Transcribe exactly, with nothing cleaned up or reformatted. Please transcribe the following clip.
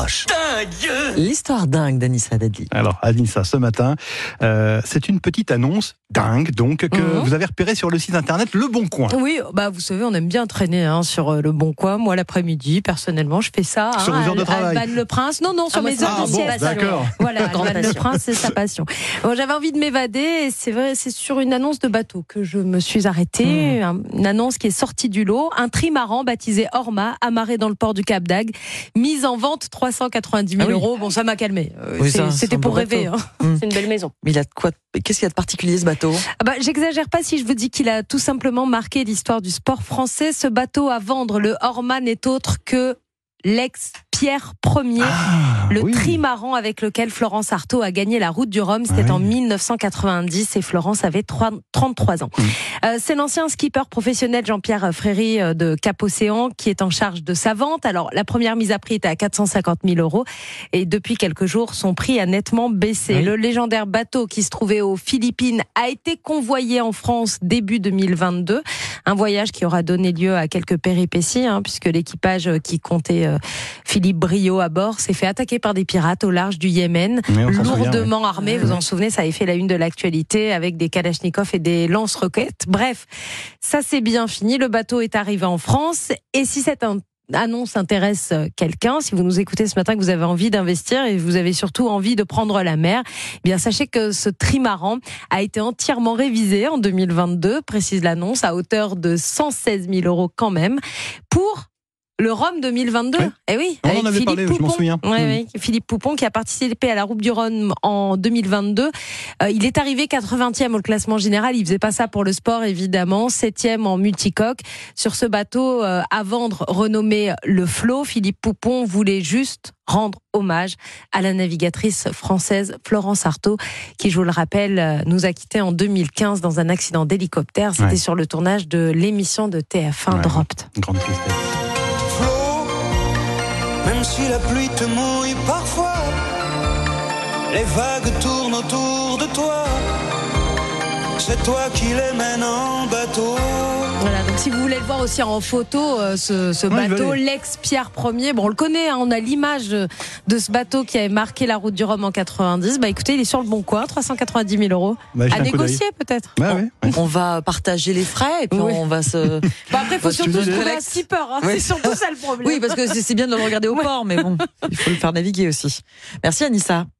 Roche. Dingue! L'histoire dingue d'Anissa Dadli. Alors, Anissa, ce matin, euh, c'est une petite annonce dingue, donc, que Mhm. vous avez repérée sur le site internet Le Bon Coin. Oui, bah vous savez, on aime bien traîner hein, sur euh, le Bon Coin. Moi, l'après-midi, personnellement, je fais ça. Sur hein, les heures de à- travail. à Alban-le-Prince. Non, non, sur Ah, moi, mes c'est heures Ah de bon, sieste. d'accord. Voilà, Grande passion. Alban-le-Prince, c'est sa passion. Bon, j'avais envie de m'évader, et c'est vrai, c'est sur une annonce de bateau que je me suis arrêtée. Un- Une annonce qui est sortie du lot. Un trimaran baptisé Orma, amarré dans le port du Cap d'Agde, mise en vente trois cent quatre-vingt-dix mille Ah oui. euros. Bon, ça m'a calmé. Euh, Oui, c'est- ça, C'était c'est un pour beau rêver. bateau. Hein. Mm. C'est une belle maison. Mais il a de quoi Qu'est-ce qu'il y a de particulier ce bateau? Ah bah, j'exagère pas si je vous dis qu'il a tout simplement marqué l'histoire du sport français. Ce bateau à vendre, le Orma, n'est autre que l'ex-Pierre Ier, Ah, le oui. trimaran avec lequel Florence Artaud a gagné la route du Rhum. C'était Ah en oui. mille neuf cent quatre-vingt-dix et Florence avait trois- trente-trois ans. Mmh. Euh, c'est l'ancien skipper professionnel Jean-Pierre Fréry euh, de Cap-Océan qui est en charge de sa vente. Alors, la première mise à prix était à quatre cent cinquante mille euros et depuis quelques jours, son prix a nettement baissé. Oui. Le légendaire bateau qui se trouvait aux Philippines a été convoyé en France début deux mille vingt-deux. Un voyage qui aura donné lieu à quelques péripéties, hein, puisque l'équipage qui comptait euh, Philippe Brio à bord s'est fait attaquer par des pirates au large du Yémen. Oui, on s'en souvient, Lourdement armés, vous en souvenez, ça avait fait la une de l'actualité avec des kalachnikovs et des lance-roquettes. Bref, ça c'est bien fini. Le bateau est arrivé en France. Et si cette un- annonce intéresse quelqu'un, si vous nous écoutez ce matin, que vous avez envie d'investir et vous avez surtout envie de prendre la mer, eh bien sachez que ce trimaran a été entièrement révisé en deux mille vingt-deux, précise l'annonce, à hauteur de cent seize mille euros quand même, pour le Rhum deux mille vingt-deux. Oui. Eh oui, On en avec avait Philippe parlé, je m'en Poupon. souviens. Oui, Mm. oui, Philippe Poupon qui a participé à la Route du Rhum en deux mille vingt-deux. Euh, il est arrivé quatre-vingtième au classement général. Il faisait pas ça pour le sport, évidemment. Septième en multicoque. Sur ce bateau euh, à vendre, renommé le Flot, Philippe Poupon voulait juste rendre hommage à la navigatrice française Florence Artaud, qui, je vous le rappelle, euh, nous a quittés en deux mille quinze dans un accident d'hélicoptère. C'était Ouais. sur le tournage de l'émission de T F un Ouais. Dropped. Grande tristesse. Flo, même si la pluie te mouille parfois, les vagues tournent autour de toi, c'est toi qui les mènes en bateau. Voilà, donc si vous voulez le voir aussi en photo, euh, ce, ce Ouais, je bateau, vais aller. l'ex-Pierre Ier, bon on le connaît, hein, on a l'image de, de ce bateau qui avait marqué la route du Rhum en quatre-vingt-dix. Bah écoutez, il est sur le bon coin, trois cent quatre-vingt-dix mille euros. Bah, jetez À un coup d'œil. négocier peut-être. Ouais, ouais, ouais. On va partager les frais et puis Oui. on va se. Bah après, il faut Bah, surtout tu se dis trouver un Lex. skipper, hein, Oui. c'est surtout ça le problème. Oui, parce que c'est c'est bien de le regarder au port, mais bon, il faut le faire naviguer aussi. Merci Anissa.